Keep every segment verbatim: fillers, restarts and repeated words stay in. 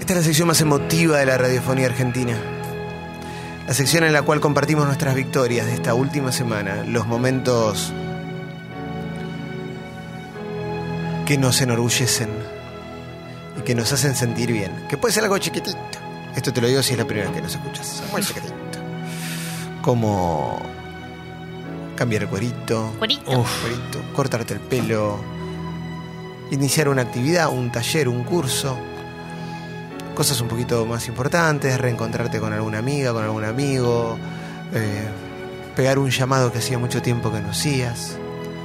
Esta es la sección más emotiva de la radiofonía argentina. La sección en la cual compartimos nuestras victorias de esta última semana. Los momentos que nos enorgullecen y que nos hacen sentir bien. Que puede ser algo chiquitito. Esto te lo digo si es la primera vez que nos escuchas. Muy chiquitito. Como cambiar el cuerito. Cuerito. Uf, cuerito. Cortarte el pelo. Iniciar una actividad, un taller, un curso. Cosas un poquito más importantes, reencontrarte con alguna amiga, con algún amigo, eh, pegar un llamado que hacía mucho tiempo que no hacías,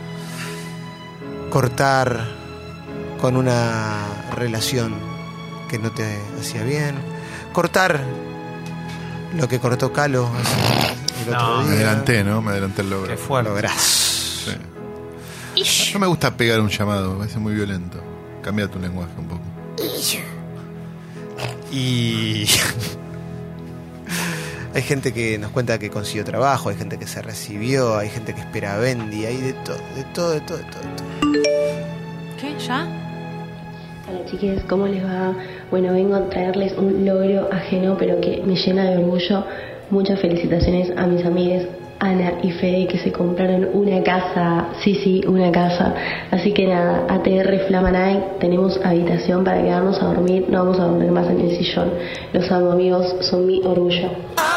cortar con una relación que no te hacía bien, cortar lo que cortó Calo el otro No, día. me adelanté, ¿no? Me adelanté el logro. Qué fuerte. Lográs. Sí. Ish. No me gusta pegar un llamado, me parece muy violento. Cambia tu lenguaje un poco. Y hay gente que nos cuenta que consiguió trabajo, hay gente que se recibió, hay gente que espera a Bendy, hay de todo, de todo, de todo, de todo, de todo. ¿Qué? ¿Ya? Hola chiques, ¿cómo les va? Bueno, vengo a traerles un logro ajeno pero que me llena de orgullo. Muchas felicitaciones a mis amigas Ana y Fede que se compraron una casa, sí, sí, una casa. Así que nada, A T R Flama Night, tenemos habitación para quedarnos a dormir, no vamos a dormir más en el sillón. Los amo amigos, son mi orgullo.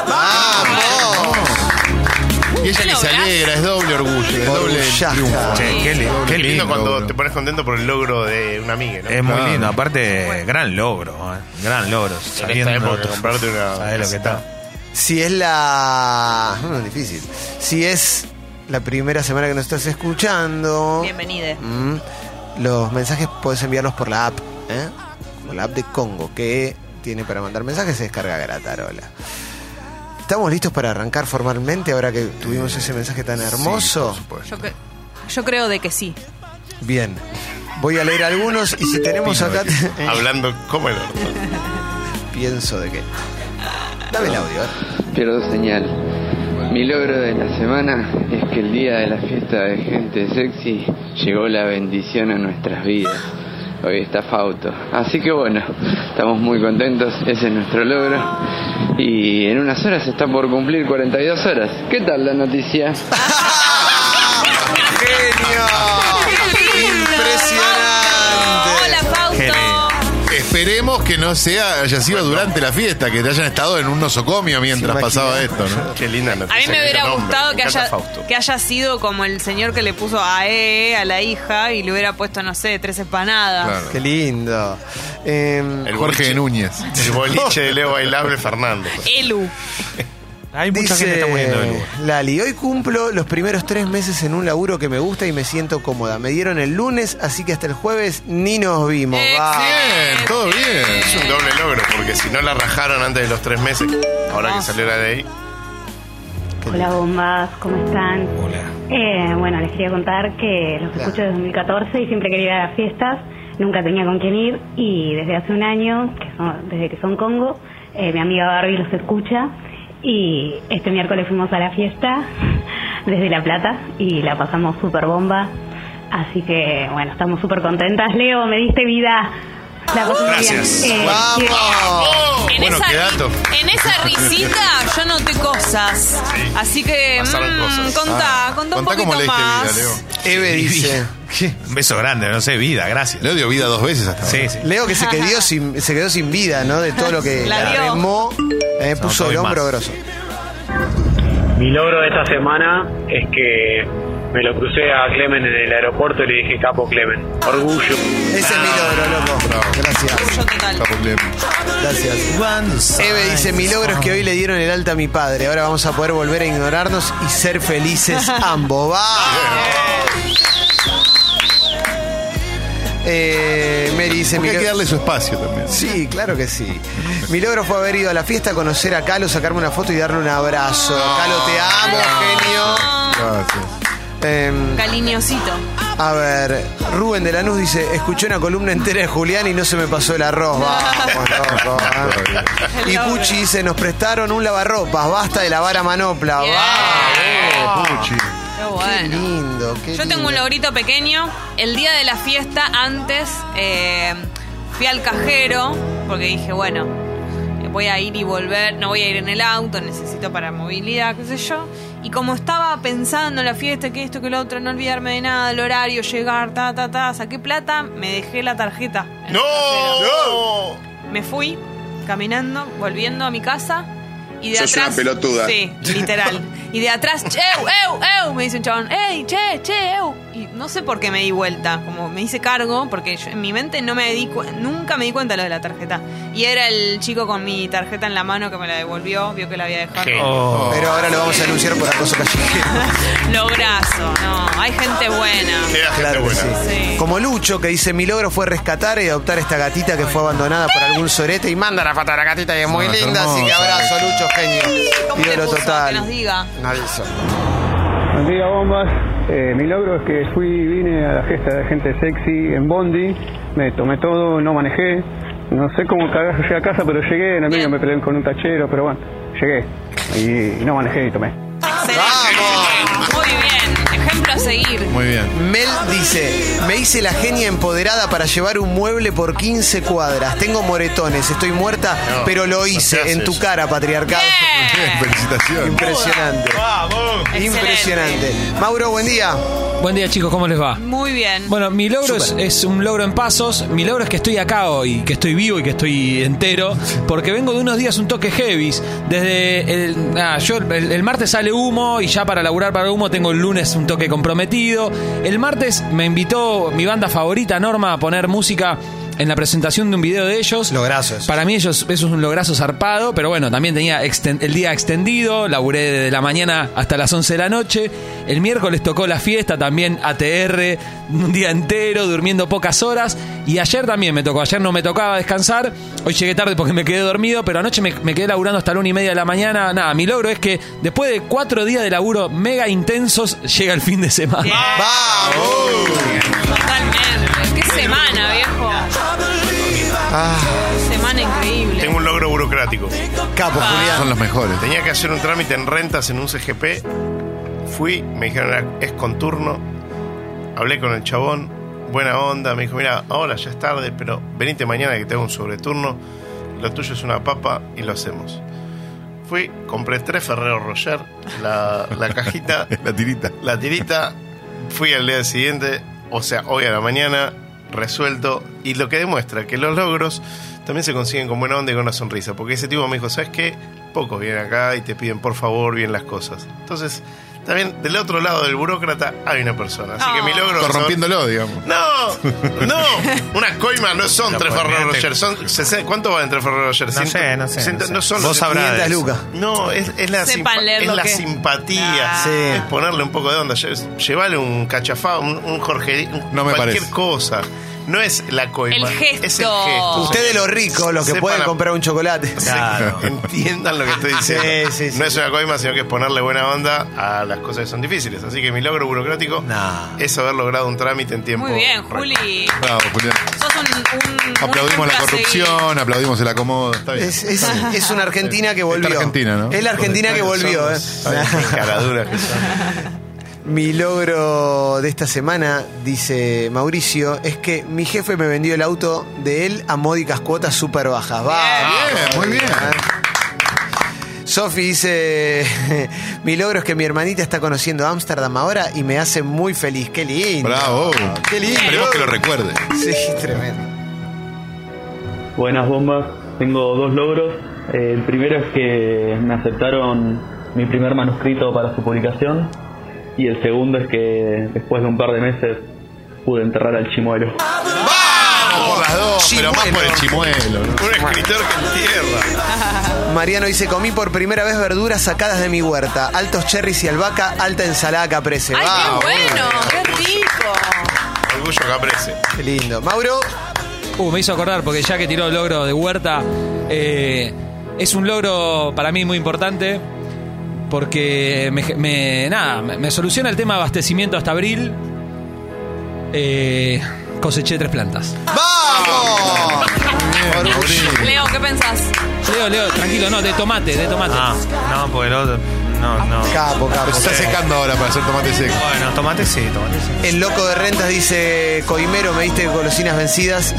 Y ella que se alegra, es doble orgullo, es doble Orgullaja. triunfo. Che, qué, li- qué Qué lindo lindo. cuando logro. te pones contento por el logro de una amiga, ¿no? Es muy Claro. lindo. Aparte, gran logro. ¿eh? Gran logro. En esta época, comprarte una ¿Sabés lo que casita. está? Si es la... No, es difícil. Si es la primera semana que nos estás escuchando... Bienvenide. mm, los mensajes puedes enviarlos por la app, ¿eh? Como la app de Congo, que tiene para mandar mensajes, se descarga Gratarola. ¿Estamos listos para arrancar formalmente ahora que tuvimos ese mensaje tan hermoso? Sí, por supuesto. Yo, cre- yo creo de que sí. Bien. Voy a leer algunos y si tenemos Opino acá... de Hablando como el orto. Pienso de que... Dame el audio, ¿eh? Pierdo señal. Mi logro de la semana es que el día de la fiesta de gente sexy llegó la bendición a nuestras vidas. Hoy está Fausto. Así que bueno, estamos muy contentos, ese es nuestro logro. Y en unas horas está por cumplir cuarenta y dos horas. ¿Qué tal la noticia? ¡Genio! ¡Impresionante! Hola, Fausto. Genial. Esperemos que no sea haya sido durante la fiesta, que te hayan estado en un nosocomio mientras ¿Se pasaba imagina? esto, ¿no? Qué linda noticia. A mí me qué hubiera nombre. gustado Me que encanta haya, Fausto. que haya sido como el señor que le puso a E a la hija y le hubiera puesto, no sé, tres empanadas. Claro. ¡Qué lindo! Eh, El Jorge boliche- Núñez. El boliche de Leo Bailable Fernando. Elu. Hay mucha Dice gente que está muriendo de luz. Lali, hoy cumplo los primeros tres meses en un laburo que me gusta y me siento cómoda. Me dieron el lunes, así que hasta el jueves ni nos vimos. Va. Bien, todo bien. Es un doble logro, porque si no la rajaron antes de los tres meses, ahora que salió la ley. Hola bombas, ¿cómo están? Hola. Eh, bueno, les quería contar que los escucho desde dos mil catorce y siempre quería ir a las fiestas, nunca tenía con quién ir y desde hace un año, que son, desde que son Congo, eh, mi amiga Barbie los escucha y este miércoles fuimos a la fiesta desde La Plata y la pasamos súper bomba, así que bueno, estamos súper contentas. Leo, me diste vida. La pasé muy bien. Gracias. Eh, ¡Vamos! quiero- En, Bueno, esa, qué dato. en esa risita yo noté cosas. Así que, Pasaron mm, cosas. contá, Ah, contá un contá cómo poquito le diste más. vida, Leo. Eve dice... Un beso grande, no sé, vida, gracias. Leo dio vida dos veces hasta Sí, ahora. sí. Leo que se quedó sin, se quedó sin vida, ¿no? De todo lo que La dio. remó. Eh, puso todo el y hombro más. grosso. Mi logro de esta semana es que me lo crucé a Clemen en el aeropuerto y le dije capo Clemen. Orgullo. Ese es mi logro, loco. Bravo. Gracias. Orgullo total. Capo Clem. Gracias. Eve dice, mi logro es que hoy le dieron el alta a mi padre. Ahora vamos a poder volver a ignorarnos y ser felices ambos. ¡Va! Eh, Mary dice, mi Porque hay que logro... darle su espacio también. Sí, claro que sí. Mi logro fue haber ido a la fiesta, conocer a Calo, sacarme una foto y darle un abrazo. Calo, te amo, genio. Gracias. Em, Cariñosito. A ver, Rubén de Lanús dice, escuché una columna entera de Julián y no se me pasó el arroz. Vamos, loco. ¿eh? Y Puchi dice, nos prestaron un lavarropas, basta de lavar a manopla. Bien. Vamos. Puchi. Qué Qué bueno. lindo, qué Yo tengo un lindo. logrito pequeño. El día de la fiesta, antes, eh, fui al cajero, porque dije, bueno, voy a ir y volver, no voy a ir en el auto, necesito para movilidad, qué sé yo. Y como estaba pensando en la fiesta, que esto, que lo otro, no olvidarme de nada, el horario, llegar, ta, ta, ta, saqué plata, me dejé la tarjeta. ¡No! ¡No! Me fui caminando, volviendo a mi casa. Y de Sos atrás, una pelotuda. Sí, literal. Y de atrás, che, eu, eu, eu, me dice un chabón, ey, che, che, eu. Y no sé por qué me di vuelta, como me hice cargo, porque yo, en mi mente no me di cu- nunca me di cuenta de lo de la tarjeta. Y era el chico con mi tarjeta en la mano que me la devolvió, vio que la había dejado. Oh. Pero ahora lo vamos a anunciar por acoso callejero. Lograzo, no, hay gente buena. Queda gente Claro que buena. sí. Sí. Como Lucho, que dice, mi logro fue rescatar y adoptar esta gatita que fue abandonada por algún sorete y manda la foto de la gatita y es muy No, es linda, así que hermosa. abrazo, Lucho, genio. ¿Cómo le Ídolo puso? total. Que nos diga. Nadison. Buen día, bombas. Eh, mi logro es que fui, vine a la fiesta de gente sexy en Bondi, me tomé todo, no manejé. No sé cómo cagazo llegué a casa, pero llegué, en el medio me peleé con un tachero, pero bueno, llegué. Y, y no manejé y tomé. Excelente. Muy bien, ejemplo a seguir. Muy bien. Mel dice, me hice la genia empoderada para llevar un mueble por quince cuadras. Tengo moretones, estoy muerta, No, pero lo no hice se hace en tu eso. cara, patriarcal. Bien. Felicitaciones. Impresionante. Impresionante. Mauro, buen día. Buen día, chicos, ¿cómo les va? Muy bien. Bueno, mi logro es, es un logro en pasos. Mi logro es que estoy acá hoy, que estoy vivo y que estoy entero, porque vengo de unos días un toque heavies. Desde el, ah, yo el, el martes sale humo y ya para laburar para humo tengo el lunes un toque comprometido. El martes me invitó mi banda favorita, Norma, a poner música en la presentación de un video de ellos. Lograzo eso. Para mí ellos, eso es un lograzo zarpado, pero bueno, también tenía exten- el día extendido, laburé desde la mañana hasta las once de la noche. El miércoles tocó la fiesta, también A T R, un día entero, durmiendo pocas horas. Y ayer también me tocó, ayer no me tocaba descansar, hoy llegué tarde porque me quedé dormido, pero anoche me, me quedé laburando hasta la una y media de la mañana. Nada, mi logro es que después de cuatro días de laburo mega intensos, llega el fin de semana. Bien. ¡Vamos! Totalmente. Qué semana, viejo. Ah, Semana increíble. Tengo un logro burocrático. capo, Ah. Julián. Son los mejores. Tenía que hacer un trámite en rentas en un C G P. Fui, me dijeron, es con turno. Hablé con el chabón, buena onda. Me dijo, mira, ahora ya es tarde, pero venite mañana que te hago un sobreturno. Lo tuyo es una papa y lo hacemos. Fui, compré tres Ferrero Rocher, la, la cajita, La tirita. la tirita. Fui al día siguiente, o sea, hoy a la mañana, resuelto. Y lo que demuestra que los logros también se consiguen con buena onda y con una sonrisa. Porque ese tipo me dijo, ¿sabes qué? Pocos vienen acá y te piden por favor bien las cosas. Entonces, también del otro lado del burócrata hay una persona. Así que mi logro... Corrompiéndolo, digamos. No, no, una coima no son No, tres pues, Ferrero mirate. Rocher, son sesenta. ¿Cuánto valen tres Ferrero Rocher? No Ciento- sé, no sé, ciento- no sé. no son Vos los- sabrás de quinientas eso. lucas. No, es, es la, Sepan simpa- leer es lo la que- simpatía. Sí. Es ponerle un poco de onda. Lle- Llevarle un cachafá, un, un Jorge, un- No me cualquier parece. cosa. No es la coima. El gesto. Es el gesto. Ustedes los ricos, los que Sepan pueden la- comprar un chocolate. Claro. Entiendan lo que estoy diciendo. Sí, sí, sí. No es una coima, sino que es ponerle buena onda a las cosas que son difíciles. Así que mi logro burocrático Nah. es haber logrado un trámite en tiempo. Muy bien, récord. Juli. Bravo, Julián. Sos un, un Aplaudimos un la ejemplo a seguir. corrupción, aplaudimos el acomodo. Está bien. Es, es, es una Argentina que volvió. Esta Argentina, ¿no? Es la Argentina que volvió, ¿eh? Ay, qué caraduras que son. Mi logro de esta semana, dice Mauricio, es que mi jefe me vendió el auto de él a módicas cuotas súper bajas. Va, Bien, muy bien. Sofi dice, mi logro es que mi hermanita está conociendo Ámsterdam ahora y me hace muy feliz. Qué lindo. Bravo. Qué lindo. Esperemos que lo recuerde. Sí, tremendo. Buenas, bombas. Tengo dos logros. Eh, el primero es que me aceptaron mi primer manuscrito para su publicación. Y el segundo es que después de un par de meses pude enterrar al chimuelo. Por las dos, pero más por el chimuelo, ¿no? Un escritor que entierra. Mariano dice, comí por primera vez verduras sacadas de mi huerta. Altos cherries y albahaca, alta ensalada caprese. ¡Ay, Va, qué bueno! ¡Qué rico! Orgullo caprese. qué lindo. Mauro, Uh, me hizo acordar, porque ya que tiró el logro de Huerta, eh, es un logro para mí muy importante, porque me, me- nada, me, me soluciona el tema de abastecimiento hasta abril. Eh, coseché tres plantas. ¡vamos! Bien, Mauricio. Leo, ¿qué pensás? Leo, Leo, tranquilo, no, de tomate, de tomate. Ah, no, porque el otro. No, no. Capo, capo. Pero se está secando ahora para hacer tomate seco. Bueno, tomate sí, tomate sí. El loco de rentas dice: Coimero, me diste golosinas vencidas.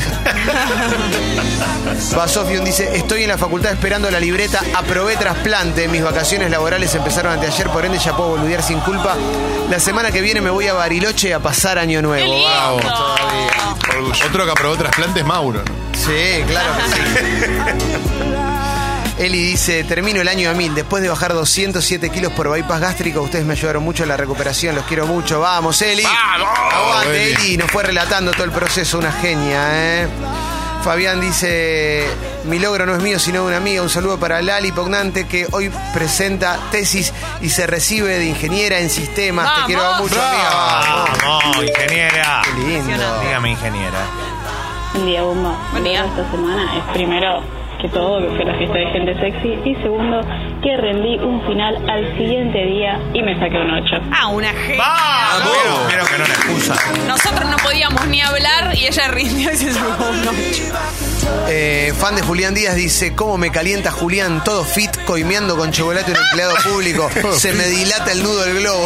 Basofium dice: estoy en la facultad esperando la libreta, aprobé trasplante. Mis vacaciones laborales empezaron anteayer, por ende ya puedo boludear sin culpa. La semana que viene me voy a Bariloche a pasar Año Nuevo. ¡Qué lindo! Vamos, todavía. Otro que aprobó trasplante es Mauro, ¿no? Sí, claro que sí. Eli dice: termino el año a mil. Después de bajar doscientos siete kilos por bypass gástrico, ustedes me ayudaron mucho en la recuperación. Los quiero mucho. Vamos, Eli. ¡Vamos! Aguante, Eli. Eli. Nos fue relatando todo el proceso. Una genia, ¿eh? Fabián dice: mi logro no es mío, sino de una amiga. Un saludo para Lali Pognante, que hoy presenta tesis y se recibe de ingeniera en sistemas. ¡Vamos! Te quiero mucho, amiga. Vamos. Vamos, ingeniera. Qué lindo. Dígame, ingeniera. Un día bomba. Buen día. Esta semana es primero que todo que fue la fiesta de gente sexy y segundo que rendí un final al siguiente día y me saqué un ocho. Ah, una genia. ¡Vamos! Vieron, vieron que no era excusa. Nosotros no podíamos ni hablar y ella rindió y se sacó un ocho. Eh, fan de Julián Díaz dice: ¿cómo me calienta Julián? Todo fit, coimeando con chocolate un empleado público. Se me dilata el nudo del globo.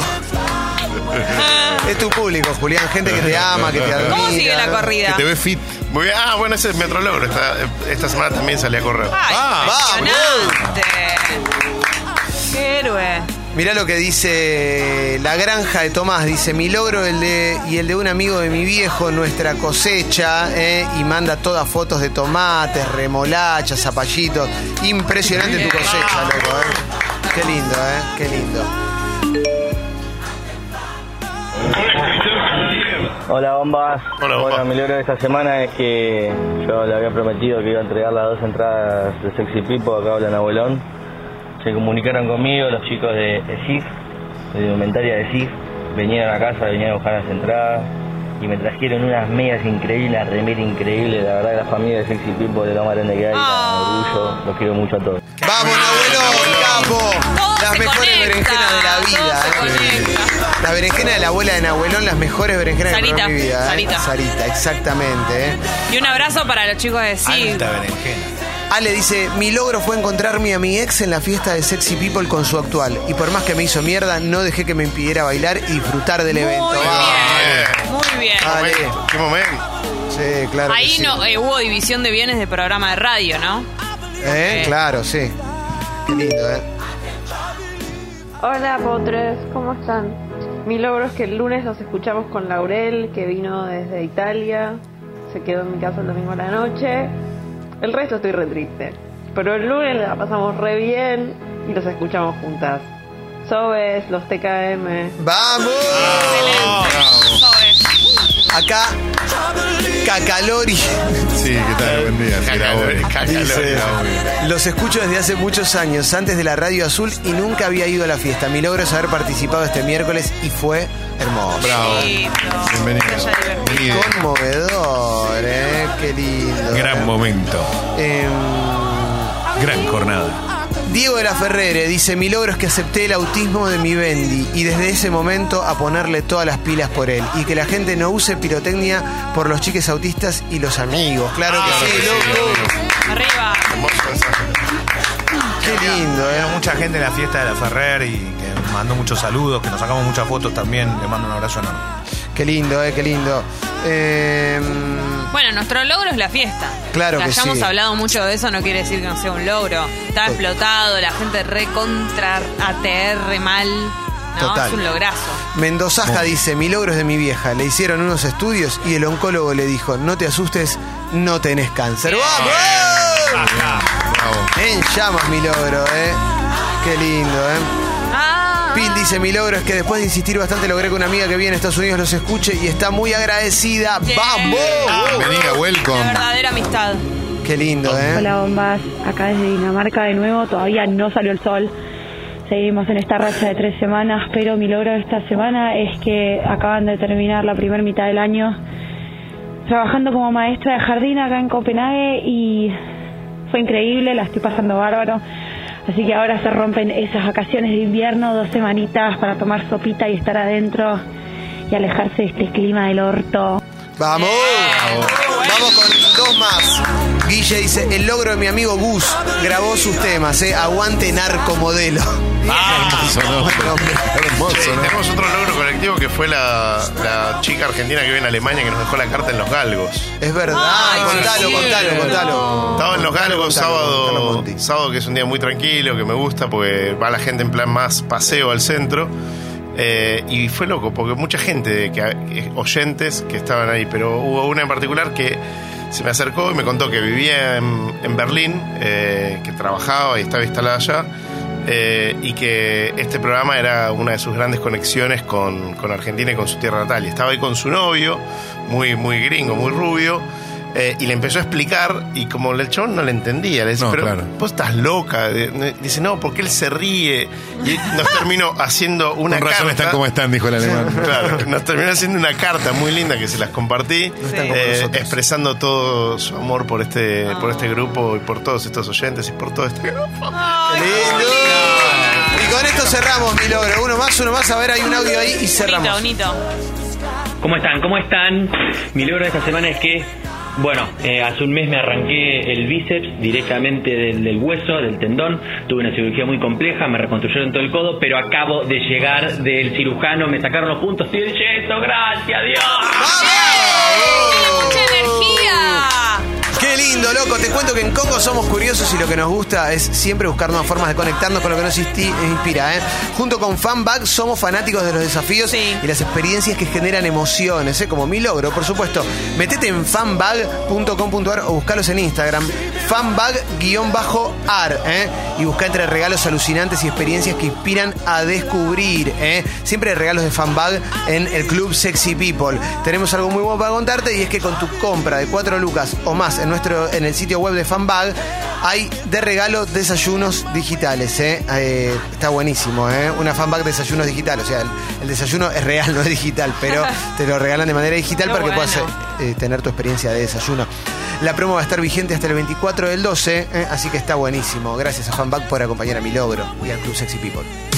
Es tu público, Julián. Gente que te ama, que te admira. ¿Cómo sigue la Que corrida? te ve fit. Muy bien. Ah, bueno, ese es mi otro logro. Esta, esta semana también salí a correr. ¡Ay, Ah, impresionante! ¡Qué héroe! Mirá lo que dice La Granja de Tomás. Dice: mi logro el de, y el de un amigo de mi viejo, nuestra cosecha, eh, y manda todas fotos de tomates, remolachas, zapallitos. Impresionante tu cosecha, loco, eh. Qué lindo, eh. Qué lindo. Hola, bombas. Hola, bomba. Bueno, mi logro de esta semana es que yo le había prometido que iba a entregar las dos entradas de Sexy Pipo, acá hablan Abuelón. Se comunicaron conmigo los chicos de, de S I F, de Indumentaria de S I F. Vinieron a casa, vinieron a buscar las entradas y me trajeron unas medias increíbles, una remera increíble. La verdad, la familia de Sexy Pipo de lo más grande que hay, Oh. orgullo. Los quiero mucho a todos. ¡Vamos, abuelo, capo! Todo Las se mejores conecta, berenjenas de la todo vida. se eh. conecta. La berenjena de la abuela de Nahuelón, las mejores berenjenas que Sarita, probé en mi vida. eh. Sarita. Sarita, exactamente. eh. Y un abrazo para los chicos de S I. Alta berenjena. Ale dice: mi logro fue encontrarme a mi ex en la fiesta de Sexy People con su actual. Y por más que me hizo mierda, no dejé que me impidiera bailar y disfrutar del evento. Muy bien, muy bien. Ale. ¿Qué momento? Sí, claro. que Ahí sí. no eh, hubo división de bienes de programa de radio, ¿no? ¿Eh? Claro, sí. Qué lindo, ¿eh? Hola, Potres, ¿cómo están? Mi logro es que el lunes los escuchamos con Laurel, que vino desde Italia, se quedó en mi casa el domingo a la noche. El resto estoy re triste, pero el lunes la pasamos re bien y los escuchamos juntas. Sobes, los T K M. ¡Vamos! Excelente. Sobe. Acá, Cacalori. Sí, ¿qué tal? Buen día. Cacalori, Cacalori. Dice: los escucho desde hace muchos años, antes de la Radio Azul, y nunca había ido a la fiesta. Mi logro es haber participado este miércoles y fue hermoso. Bravo. Lindo. Bienvenido. Que haya divertido. Bienvenido. Conmovedor, ¿eh? Qué lindo. Gran momento. Em, Gran jornada. Diego de la Ferrere dice: mi logro es que acepté el autismo de mi Bendy y desde ese momento a ponerle todas las pilas por él y que la gente no use pirotecnia por los chiques autistas y los amigos. Claro que Ah, sí, sí, loco. Arriba. Hermoso mensaje. Qué lindo, Había ¿eh? mucha gente en la fiesta de la Ferrer y que mandó muchos saludos, que nos sacamos muchas fotos también. Le mando un abrazo enorme. Qué lindo, ¿eh? Qué lindo. Eh, Bueno, nuestro logro es la fiesta. Claro que hayamos sí. hablado mucho de eso no quiere decir que no sea un logro. Está explotado, la gente re contra A T R mal. No, Total. es un lograzo. Mendozaja dice: mi logro es de mi vieja. Le hicieron unos estudios y el oncólogo le dijo: no te asustes, no tenés cáncer. ¡Vamos! Bravo. En llamas mi logro, ¿eh? Qué lindo, ¿eh? Ah, Pil dice: mi logro es que después de insistir bastante logré que una amiga que vive en Estados Unidos los escuche y está muy agradecida. Bien. ¡Vamos! Bienvenida, la welcome. verdadera amistad. Qué lindo, ¿eh? Hola, bombas. Acá desde Dinamarca de nuevo. Todavía no salió el sol. Seguimos en esta racha de tres semanas, pero mi logro de esta semana es que acaban de terminar la primera mitad del año trabajando como maestra de jardín acá en Copenhague y fue increíble, la estoy pasando bárbaro. Así que ahora se rompen esas vacaciones de invierno, dos semanitas para tomar sopita y estar adentro y alejarse de este clima del orto. ¡Vamos! Vamos con dos más. Guille dice, el logro de mi amigo Gus grabó sus temas, ¿eh? Aguante narcomodelo. Ah, hermoso, ¿no? Hermoso, Sí, ¿no? tenemos otro logro colectivo que fue la, la chica argentina que vive en Alemania que nos dejó la carta en Los Galgos. Es verdad, Ay, contalo, sí. contalo, contalo. Estaba en Los Galgos Contalo, sábado, contalo, Monty. sábado que es un día muy tranquilo, que me gusta porque va la gente en plan más paseo al centro. Eh, y fue loco porque mucha gente, que, que- oyentes que estaban ahí, pero hubo una en particular que se me acercó y me contó que vivía en, en Berlín, eh, que trabajaba y estaba instalada allá. Eh, y que este programa era una de sus grandes conexiones con, con Argentina y con su tierra natal. Y estaba ahí con su novio, muy, muy gringo, muy rubio, eh, y le empezó a explicar, y como el chabón no le entendía, le dice, No, pero claro. vos estás loca. Dice, no, porque él se ríe. Y nos terminó haciendo una Con razón carta. están como están, dijo el alemán. Claro, nos terminó haciendo una carta muy linda que se las compartí, están como eh, nosotros. expresando todo su amor por este, por este grupo y por todos estos oyentes y por todo este grupo. ¡Qué lindo! Y con esto cerramos mi logro. Uno más, uno más. A ver, hay un audio ahí y cerramos. Bonito, bonito. ¿Cómo están? ¿Cómo están? Mi logro de esta semana es que, bueno, eh, hace un mes me arranqué el bíceps directamente del, del hueso, del tendón. Tuve una cirugía muy compleja, me reconstruyeron todo el codo, pero acabo de llegar del cirujano, me sacaron los puntos, estoy yeso, gracias, Dios. ¡Mucha energía! Qué lindo, loco. Te cuento que en Congo somos curiosos y lo que nos gusta es siempre buscar nuevas formas de conectarnos con lo que nos insti- inspira. ¿eh? Junto con Fanbag somos fanáticos de los desafíos Sí. y las experiencias que generan emociones, ¿eh? Como mi logro, por supuesto. Metete en fanbag punto com punto a r o buscalos en Instagram, fanbag-ar, ¿eh? y busca entre regalos alucinantes y experiencias que inspiran a descubrir. ¿eh? Siempre hay regalos de Fanbag en el Club Sexy People. Tenemos algo muy bueno para contarte y es que con tu compra de cuatro lucas o más en nuestro en el sitio web de Fanbag hay de regalo desayunos digitales. ¿eh? Eh, está buenísimo, ¿eh? Una Fanbag de desayunos digitales. O sea, el, el desayuno es real, no es digital, pero te lo regalan de manera digital Qué para que bueno. puedas eh, tener tu experiencia de desayuno. La promo va a estar vigente hasta el veinticuatro del doce, ¿eh? Así que está buenísimo. Gracias a Fanbag por acompañar a mi logro y al Club Sexy People.